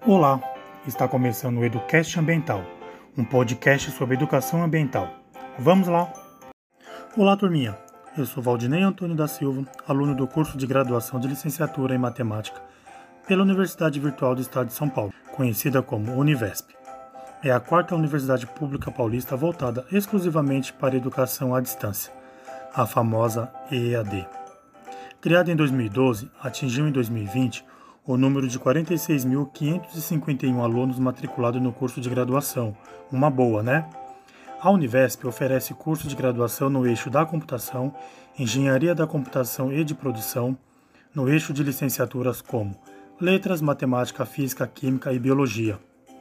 Olá, está começando o Educast Ambiental, um podcast sobre educação ambiental. Vamos lá! Olá, turminha! Eu sou Valdinei Antônio da Silva, aluno do curso de graduação de licenciatura em matemática pela Universidade Virtual do Estado de São Paulo, conhecida como Univesp. É a quarta universidade pública paulista voltada exclusivamente para a educação à distância, a famosa EAD. Criada em 2012, atingiu em 2020 o número de 46.551 alunos matriculados no curso de graduação. Uma boa, né? A Univesp oferece curso de graduação no eixo da computação, engenharia da computação e de produção, no eixo de licenciaturas como letras, matemática, física, química e biologia,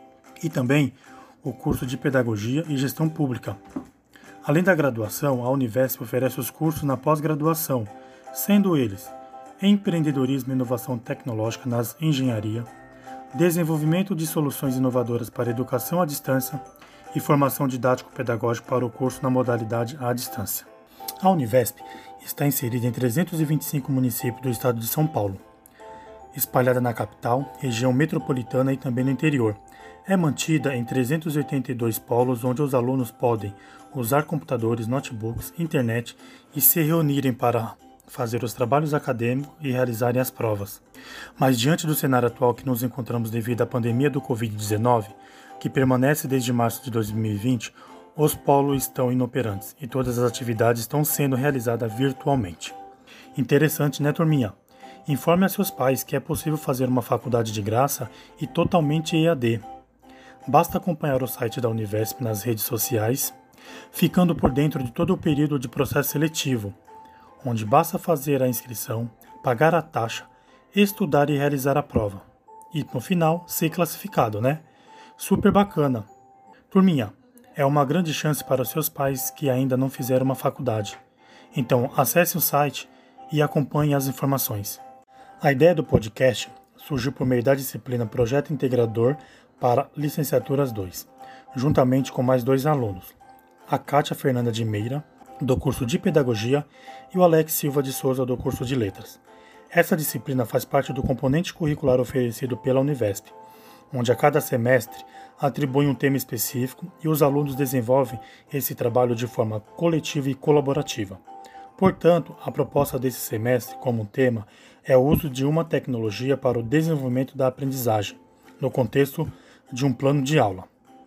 e também o curso de pedagogia e gestão pública. Além da graduação, a Univesp oferece os cursos na pós-graduação, sendo eles empreendedorismo e inovação tecnológica nas engenharia, desenvolvimento de soluções inovadoras para educação à distância e formação didático-pedagógica para o curso na modalidade à distância. A Univesp está inserida em 325 municípios do estado de São Paulo, espalhada na capital, região metropolitana e também no interior. É mantida em 382 polos onde os alunos podem usar computadores, notebooks, internet e se reunirem para fazer os trabalhos acadêmicos e realizarem as provas. Mas diante do cenário atual que nos encontramos devido à pandemia do Covid-19, que permanece desde março de 2020, os polos estão inoperantes e todas as atividades estão sendo realizadas virtualmente. Interessante, né, turminha? Informe a seus pais que é possível fazer uma faculdade de graça e totalmente EAD. Basta acompanhar o site da Univesp nas redes sociais, ficando por dentro de todo o período de processo seletivo, onde basta fazer a inscrição, pagar a taxa, estudar e realizar a prova. E, no final, ser classificado, né? Super bacana! Turminha, é uma grande chance para os seus pais que ainda não fizeram uma faculdade. Então, acesse o site e acompanhe as informações. A ideia do podcast surgiu por meio da disciplina Projeto Integrador para Licenciaturas 2, juntamente com mais 2 alunos, a Kátia Fernanda de Meira, do curso de Pedagogia, e o Alex Silva de Souza, do curso de Letras. Essa disciplina faz parte do componente curricular oferecido pela Univesp, onde a cada semestre atribui um tema específico e os alunos desenvolvem esse trabalho de forma coletiva e colaborativa. Portanto, a proposta desse semestre como tema é o uso de uma tecnologia para o desenvolvimento da aprendizagem, no contexto de um plano de aula.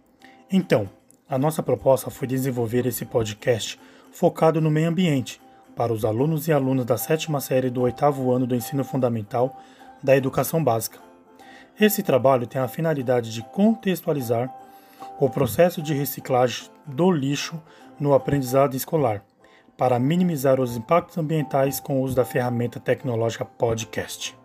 Então, a nossa proposta foi desenvolver esse podcast focado no meio ambiente, para os alunos e alunas da 7ª série do 8º ano do ensino fundamental da educação básica. Esse trabalho tem a finalidade de contextualizar o processo de reciclagem do lixo no aprendizado escolar, para minimizar os impactos ambientais com o uso da ferramenta tecnológica podcast.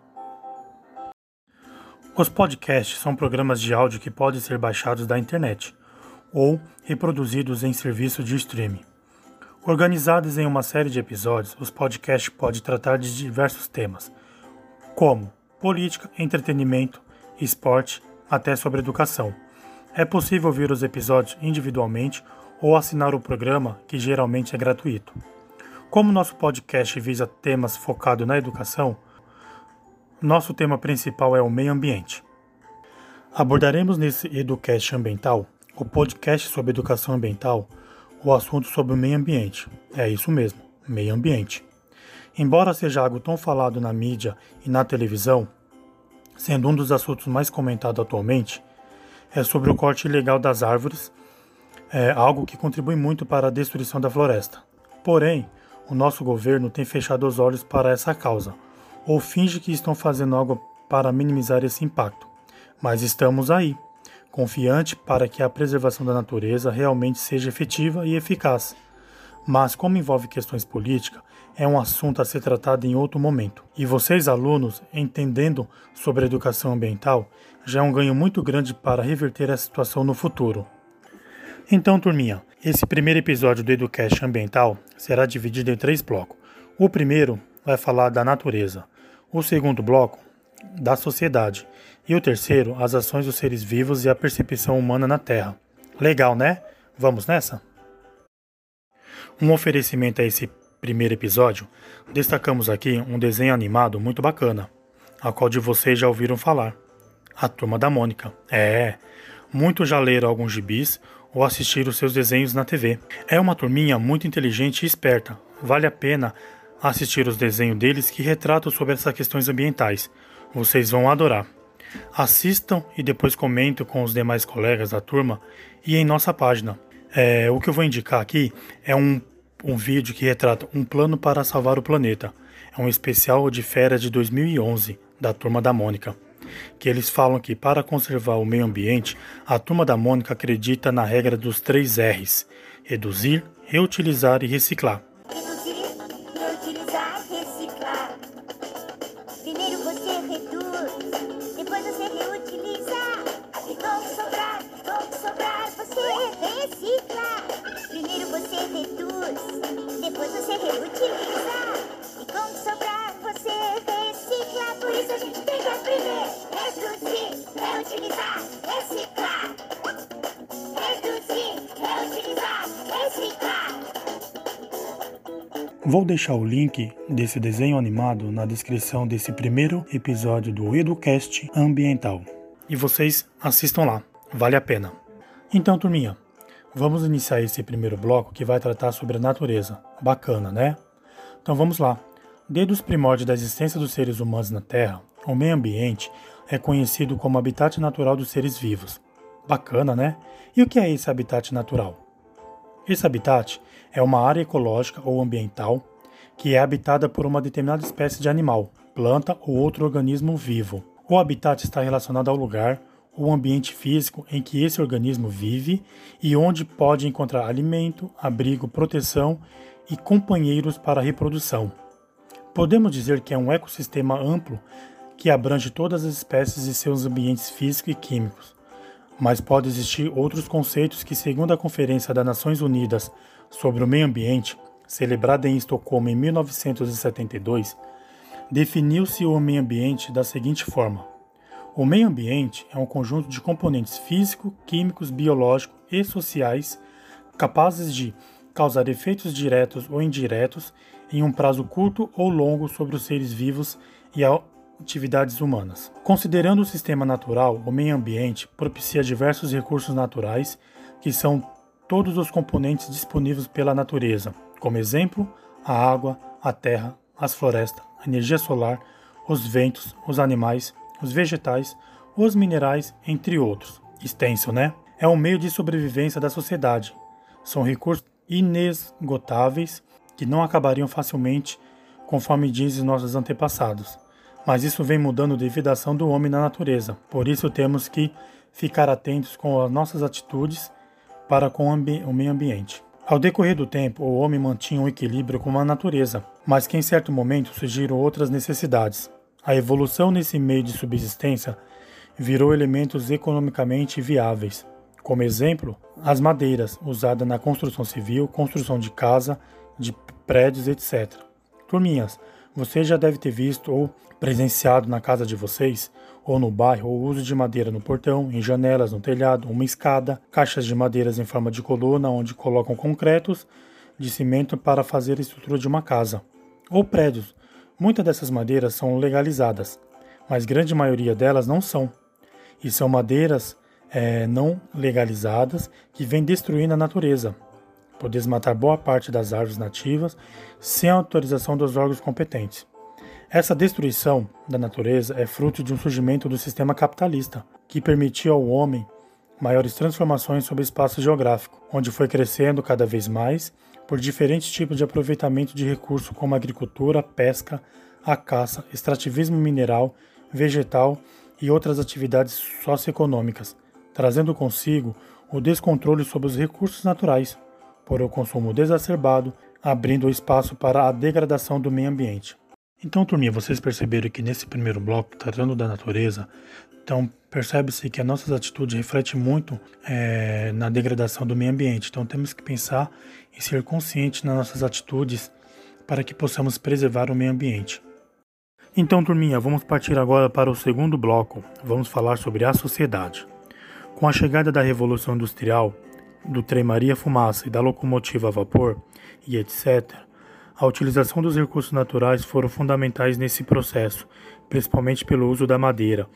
Os podcasts são programas de áudio que podem ser baixados da internet ou reproduzidos em serviços de streaming. Organizados em uma série de episódios, os podcasts podem tratar de diversos temas, como política, entretenimento, esporte, até sobre educação. É possível ouvir os episódios individualmente ou assinar o programa, que geralmente é gratuito. Como nosso podcast visa temas focados na educação, nosso tema principal é o meio ambiente. Abordaremos nesse Educast Ambiental, o podcast sobre educação ambiental, o assunto sobre o meio ambiente. É isso mesmo, meio ambiente. Embora seja algo tão falado na mídia e na televisão, sendo um dos assuntos mais comentados atualmente, é sobre o corte ilegal das árvores, algo que contribui muito para a destruição da floresta. Porém, o nosso governo tem fechado os olhos para essa causa, ou finge que estão fazendo algo para minimizar esse impacto. Mas estamos aí, confiante para que a preservação da natureza realmente seja efetiva e eficaz. Mas, como envolve questões políticas, é um assunto a ser tratado em outro momento. E vocês, alunos, entendendo sobre a educação ambiental, já é um ganho muito grande para reverter a situação no futuro. Então, turminha, esse primeiro episódio do Educast Ambiental será dividido em 3 blocos. O primeiro vai falar da natureza, o segundo bloco, da sociedade, e o terceiro, as ações dos seres vivos e a percepção humana na Terra. Legal, né? Vamos nessa? Um oferecimento a esse primeiro episódio, destacamos aqui um desenho animado muito bacana, a qual de vocês já ouviram falar. A Turma da Mônica. Muitos já leram alguns gibis ou assistiram seus desenhos na TV. É uma turminha muito inteligente e esperta. Vale a pena assistir os desenhos deles que retratam sobre essas questões ambientais. Vocês vão adorar. Assistam e depois comentem com os demais colegas da turma e em nossa página. O que eu vou indicar aqui é um vídeo que retrata um plano para salvar o planeta. É um especial de férias de 2011 da Turma da Mônica, que eles falam que para conservar o meio ambiente, a Turma da Mônica acredita na regra dos 3 R's: reduzir, reutilizar e reciclar. Reduzir, reutilizar, reciclar. Primeiro você reduz, depois você reutiliza. E com que sobrar, você recicla. Primeiro você reduz, depois você reutiliza. E com que sobrar, você recicla. Por isso a gente tem que aprender. Reduzir, reutilizar, reciclar. Reduzir, reutilizar, reciclar. Vou deixar o link desse desenho animado na descrição desse primeiro episódio do EduCast Ambiental. E vocês assistam lá, vale a pena. Então, turminha, vamos iniciar esse primeiro bloco que vai tratar sobre a natureza. Bacana, né? Então vamos lá. Desde os primórdios da existência dos seres humanos na Terra, o meio ambiente é conhecido como habitat natural dos seres vivos. Bacana, né? E o que é esse habitat natural? Esse habitat é uma área ecológica ou ambiental que é habitada por uma determinada espécie de animal, planta ou outro organismo vivo. O habitat está relacionado ao lugar ou ambiente físico em que esse organismo vive e onde pode encontrar alimento, abrigo, proteção e companheiros para a reprodução. Podemos dizer que é um ecossistema amplo que abrange todas as espécies e seus ambientes físicos e químicos. Mas pode existir outros conceitos que, segundo a Conferência das Nações Unidas sobre o Meio Ambiente, celebrada em Estocolmo em 1972, definiu-se o meio ambiente da seguinte forma: o meio ambiente é um conjunto de componentes físicos, químicos, biológicos e sociais capazes de causar efeitos diretos ou indiretos em um prazo curto ou longo sobre os seres vivos e atividades humanas. Considerando o sistema natural, o meio ambiente propicia diversos recursos naturais, que são todos os componentes disponíveis pela natureza, como exemplo, a água, a terra, as florestas, a energia solar, os ventos, os animais, os vegetais, os minerais, entre outros. Extenso, né? É um meio de sobrevivência da sociedade. São recursos inesgotáveis que não acabariam facilmente, conforme dizem nossos antepassados. Mas isso vem mudando devido à ação do homem na natureza. Por isso temos que ficar atentos com as nossas atitudes para com o meio ambiente. Ao decorrer do tempo, o homem mantinha um equilíbrio com a natureza, mas que em certo momento surgiram outras necessidades. A evolução nesse meio de subsistência virou elementos economicamente viáveis. Como exemplo, as madeiras, usadas na construção civil, construção de casa, de prédios, etc. Turminhas, você já deve ter visto ou presenciado na casa de vocês, ou no bairro, o uso de madeira no portão, em janelas, no telhado, uma escada, caixas de madeiras em forma de coluna, onde colocam concretos de cimento para fazer a estrutura de uma casa. Ou prédios. Muitas dessas madeiras são legalizadas, mas grande maioria delas não são. E são madeiras não legalizadas que vêm destruindo a natureza, por desmatar boa parte das árvores nativas sem a autorização dos órgãos competentes. Essa destruição da natureza é fruto de um surgimento do sistema capitalista, que permitiu ao homem maiores transformações sobre o espaço geográfico, onde foi crescendo cada vez mais por diferentes tipos de aproveitamento de recursos como a agricultura, pesca, a caça, extrativismo mineral, vegetal e outras atividades socioeconômicas, trazendo consigo o descontrole sobre os recursos naturais, por o consumo exacerbado, abrindo espaço para a degradação do meio ambiente. Então, turminha, vocês perceberam que nesse primeiro bloco, tratando da natureza, então percebe-se que as nossas atitudes refletem muito na degradação do meio ambiente. Então, temos que pensar e ser conscientes nas nossas atitudes para que possamos preservar o meio ambiente. Então, turminha, vamos partir agora para o segundo bloco. Vamos falar sobre a sociedade. Com a chegada da Revolução Industrial, do trem Maria-Fumaça e da locomotiva a vapor, e etc., a utilização dos recursos naturais foram fundamentais nesse processo, principalmente pelo uso da madeira,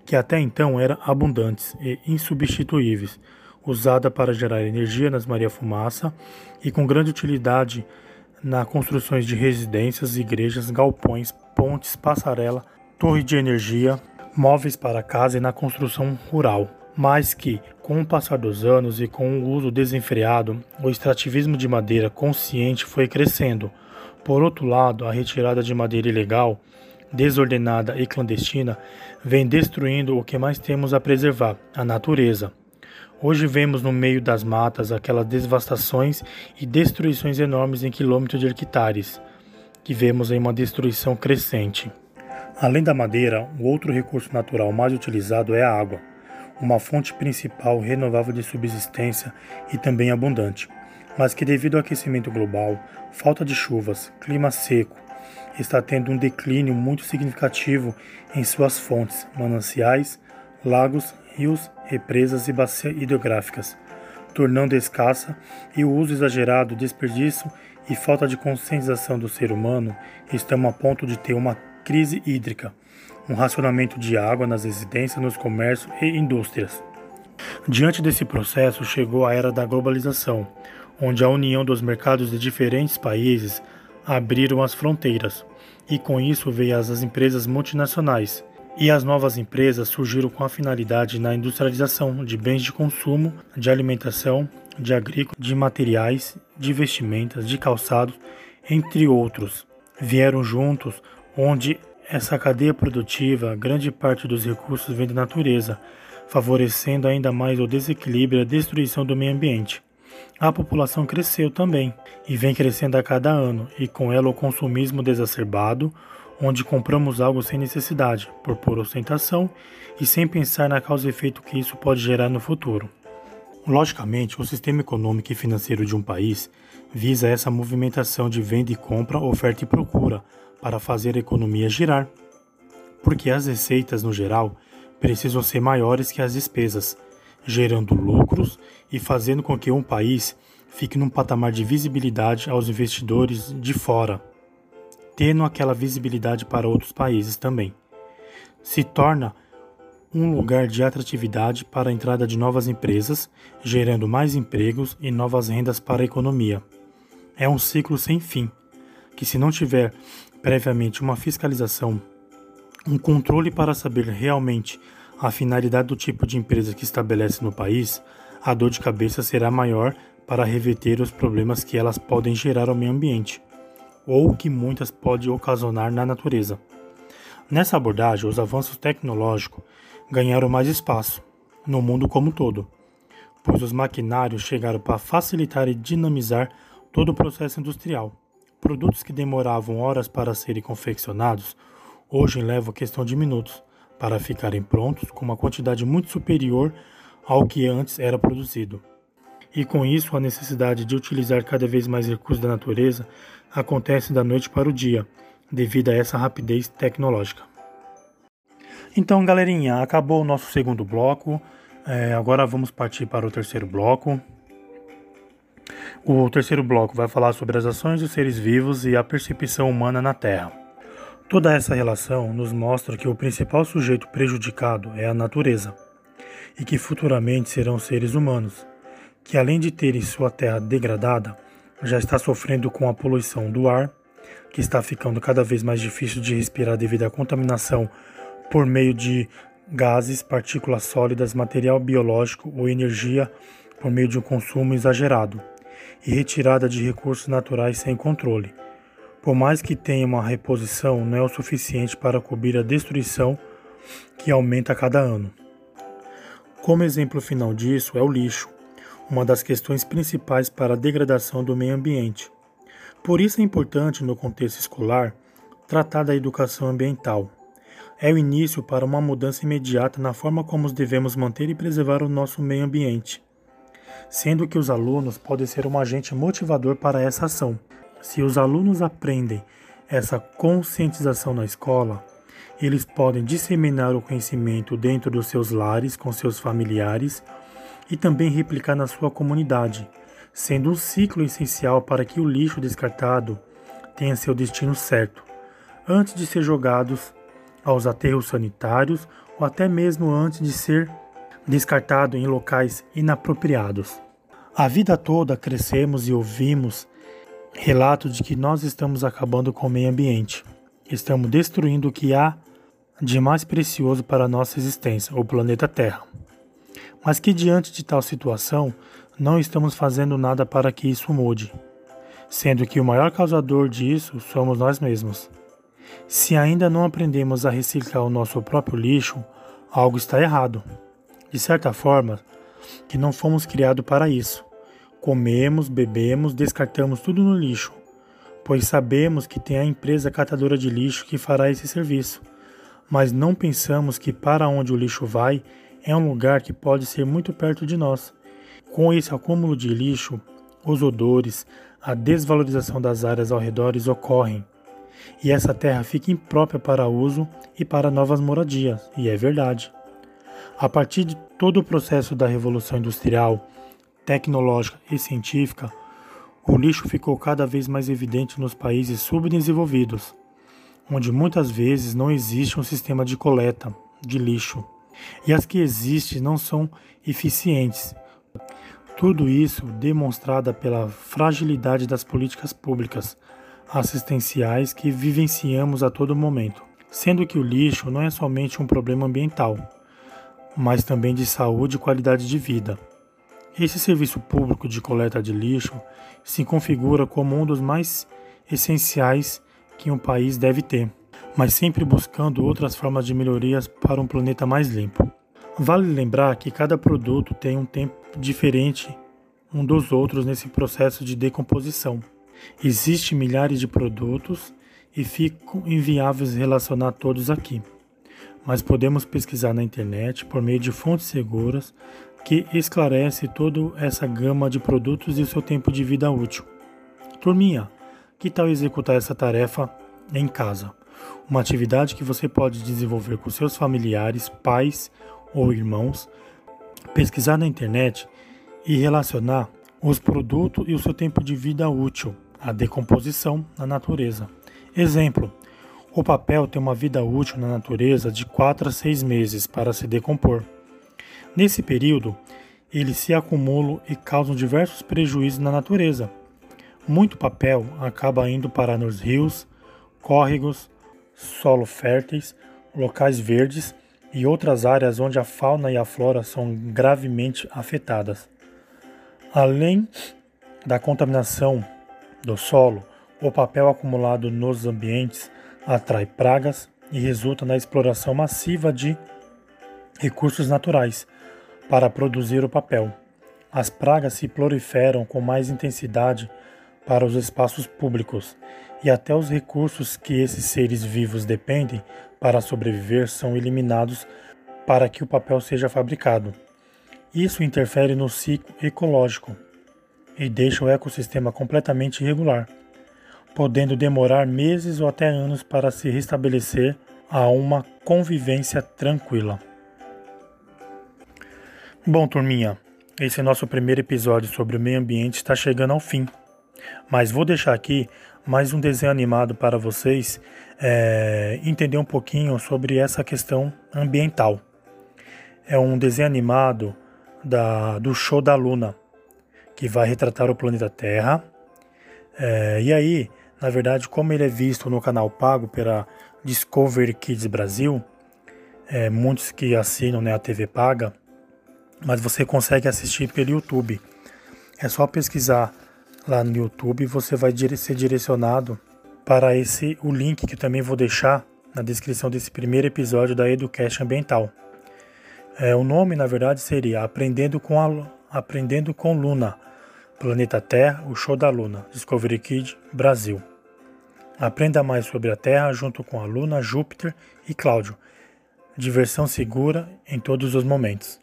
que até então eram abundantes e insubstituíveis, usada para gerar energia nas Maria-Fumaça e com grande utilidade nas construções de residências, igrejas, galpões, pontes, passarela, torre de energia, móveis para casa e na construção rural. Mas que, com o passar dos anos e com o uso desenfreado, o extrativismo de madeira consciente foi crescendo. Por outro lado, a retirada de madeira ilegal, desordenada e clandestina, vem destruindo o que mais temos a preservar, a natureza. Hoje vemos no meio das matas aquelas devastações e destruições enormes em quilômetros de hectares, que vemos em uma destruição crescente. Além da madeira, o outro recurso natural mais utilizado é a água, uma fonte principal renovável de subsistência e também abundante, mas que devido ao aquecimento global, falta de chuvas, clima seco, está tendo um declínio muito significativo em suas fontes, mananciais, lagos, rios, represas e bacias hidrográficas, tornando escassa e o uso exagerado, desperdício e falta de conscientização do ser humano estamos a ponto de ter uma crise hídrica, um racionamento de água nas residências, nos comércios e indústrias. Diante desse processo chegou a era da globalização, onde a união dos mercados de diferentes países abriram as fronteiras, e com isso veio as empresas multinacionais. E as novas empresas surgiram com a finalidade na industrialização de bens de consumo, de alimentação, de agrícola, de materiais, de vestimentas, de calçados, entre outros. Vieram juntos, onde essa cadeia produtiva, grande parte dos recursos vem da natureza, favorecendo ainda mais o desequilíbrio e a destruição do meio ambiente. A população cresceu também, e vem crescendo a cada ano, e com ela o consumismo exacerbado, onde compramos algo sem necessidade, por pura ostentação e sem pensar na causa e efeito que isso pode gerar no futuro. Logicamente, o sistema econômico e financeiro de um país visa essa movimentação de venda e compra, oferta e procura, para fazer a economia girar, porque as receitas, no geral, precisam ser maiores que as despesas, gerando lucros e fazendo com que um país fique num patamar de visibilidade aos investidores de fora, tendo aquela visibilidade para outros países também. Se torna um lugar de atratividade para a entrada de novas empresas, gerando mais empregos e novas rendas para a economia. É um ciclo sem fim, que se não tiver previamente uma fiscalização, um controle para saber realmente a finalidade do tipo de empresa que estabelece no país, a dor de cabeça será maior para reverter os problemas que elas podem gerar ao meio ambiente, ou que muitas podem ocasionar na natureza. Nessa abordagem, os avanços tecnológicos ganharam mais espaço, no mundo como um todo, pois os maquinários chegaram para facilitar e dinamizar todo o processo industrial. Produtos que demoravam horas para serem confeccionados, hoje levam questão de minutos para ficarem prontos com uma quantidade muito superior ao que antes era produzido. E com isso, a necessidade de utilizar cada vez mais recursos da natureza acontece da noite para o dia, devido a essa rapidez tecnológica. Então, galerinha, acabou o nosso segundo bloco. Agora vamos partir para o terceiro bloco. O terceiro bloco vai falar sobre as ações dos seres vivos e a percepção humana na Terra. Toda essa relação nos mostra que o principal sujeito prejudicado é a natureza, e que futuramente serão os seres humanos, que além de terem sua terra degradada, já está sofrendo com a poluição do ar, que está ficando cada vez mais difícil de respirar devido à contaminação por meio de gases, partículas sólidas, material biológico ou energia por meio de um consumo exagerado e retirada de recursos naturais sem controle. Por mais que tenha uma reposição, não é o suficiente para cobrir a destruição que aumenta a cada ano. Como exemplo final disso é o lixo, uma das questões principais para a degradação do meio ambiente. Por isso é importante, no contexto escolar, tratar da educação ambiental. É o início para uma mudança imediata na forma como devemos manter e preservar o nosso meio ambiente, sendo que os alunos podem ser um agente motivador para essa ação. Se os alunos aprendem essa conscientização na escola, eles podem disseminar o conhecimento dentro dos seus lares, com seus familiares, e também replicar na sua comunidade, sendo um ciclo essencial para que o lixo descartado tenha seu destino certo, antes de ser jogados aos aterros sanitários ou até mesmo antes de ser descartado em locais inapropriados. A vida toda crescemos e ouvimos relatos de que nós estamos acabando com o meio ambiente. Estamos destruindo o que há de mais precioso para a nossa existência, o planeta Terra. Mas que diante de tal situação, não estamos fazendo nada para que isso mude, sendo que o maior causador disso somos nós mesmos. Se ainda não aprendemos a reciclar o nosso próprio lixo, algo está errado. De certa forma, que não fomos criados para isso. Comemos, bebemos, descartamos tudo no lixo, pois sabemos que tem a empresa catadora de lixo que fará esse serviço, mas não pensamos que para onde o lixo vai é um lugar que pode ser muito perto de nós. Com esse acúmulo de lixo, os odores, a desvalorização das áreas ao redor ocorrem, e essa terra fica imprópria para uso e para novas moradias, e é verdade. A partir de todo o processo da Revolução Industrial, tecnológica e científica, o lixo ficou cada vez mais evidente nos países subdesenvolvidos, onde muitas vezes não existe um sistema de coleta de lixo, e as que existem não são eficientes. Tudo isso demonstrada pela fragilidade das políticas públicas assistenciais que vivenciamos a todo momento, sendo que o lixo não é somente um problema ambiental, mas também de saúde e qualidade de vida. Esse serviço público de coleta de lixo se configura como um dos mais essenciais que um país deve ter, mas sempre buscando outras formas de melhorias para um planeta mais limpo. Vale lembrar que cada produto tem um tempo diferente um dos outros nesse processo de decomposição. Existem milhares de produtos e ficam inviáveis relacionar todos aqui, mas podemos pesquisar na internet por meio de fontes seguras que esclarece toda essa gama de produtos e o seu tempo de vida útil. Turminha, que tal executar essa tarefa em casa? Uma atividade que você pode desenvolver com seus familiares, pais ou irmãos, pesquisar na internet e relacionar os produtos e o seu tempo de vida útil, a decomposição na natureza. Exemplo, o papel tem uma vida útil na natureza de 4 a 6 meses para se decompor. Nesse período, eles se acumulam e causam diversos prejuízos na natureza. Muito papel acaba indo parar nos rios, córregos, solos férteis, locais verdes e outras áreas onde a fauna e a flora são gravemente afetadas. Além da contaminação do solo, o papel acumulado nos ambientes atrai pragas e resulta na exploração massiva de recursos naturais para produzir o papel. As pragas se proliferam com mais intensidade para os espaços públicos e até os recursos que esses seres vivos dependem para sobreviver são eliminados para que o papel seja fabricado. Isso interfere no ciclo ecológico e deixa o ecossistema completamente irregular, podendo demorar meses ou até anos para se restabelecer a uma convivência tranquila. Bom, turminha, esse nosso primeiro episódio sobre o meio ambiente está chegando ao fim, mas vou deixar aqui mais um desenho animado para vocês entender um pouquinho sobre essa questão ambiental. É um desenho animado do Show da Luna, que vai retratar o planeta Terra. E aí, na verdade, como ele é visto no canal pago pela Discovery Kids Brasil, muitos que assinam a TV paga, mas você consegue assistir pelo YouTube. É só pesquisar lá no YouTube e você vai ser direcionado para o link que eu também vou deixar na descrição desse primeiro episódio da Educast Ambiental. O nome, na verdade, seria Aprendendo com Luna, Planeta Terra, o Show da Luna, Discovery Kids Brasil. Aprenda mais sobre a Terra junto com a Luna, Júpiter e Cláudio. Diversão segura em todos os momentos.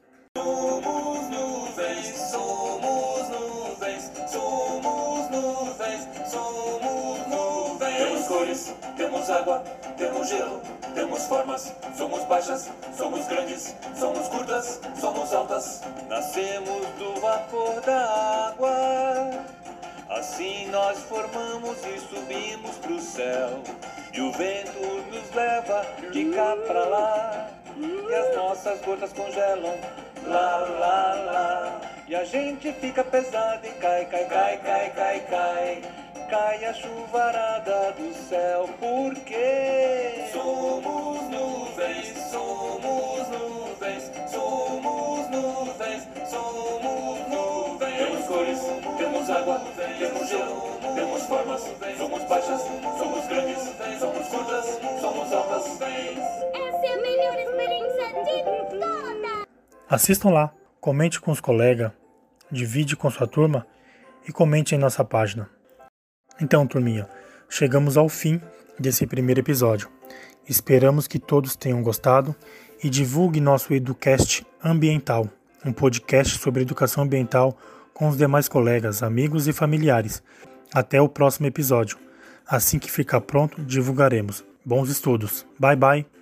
Temos água, temos gelo, temos formas, somos baixas, somos grandes, somos curtas, somos altas. Nascemos do vapor da água, assim nós formamos e subimos pro céu. E o vento nos leva de cá pra lá. e as nossas gotas congelam. Lá, lá, lá. E a gente fica pesado e cai, cai, cai, cai, cai, cai. Cai a chuvarada do céu, porque somos nuvens, somos nuvens, somos nuvens, somos nuvens. Temos cores, temos água, temos gelo, temos formas, somos baixas, somos grandes, somos curtas, somos altas. Essa é a melhor experiência de todas! Assistam lá, comente com os colegas, divide com sua turma e comente em nossa página. Então, turminha, chegamos ao fim desse primeiro episódio. Esperamos que todos tenham gostado e divulgue nosso EduCast Ambiental, um podcast sobre educação ambiental com os demais colegas, amigos e familiares. Até o próximo episódio. Assim que ficar pronto, divulgaremos. Bons estudos. Bye, bye!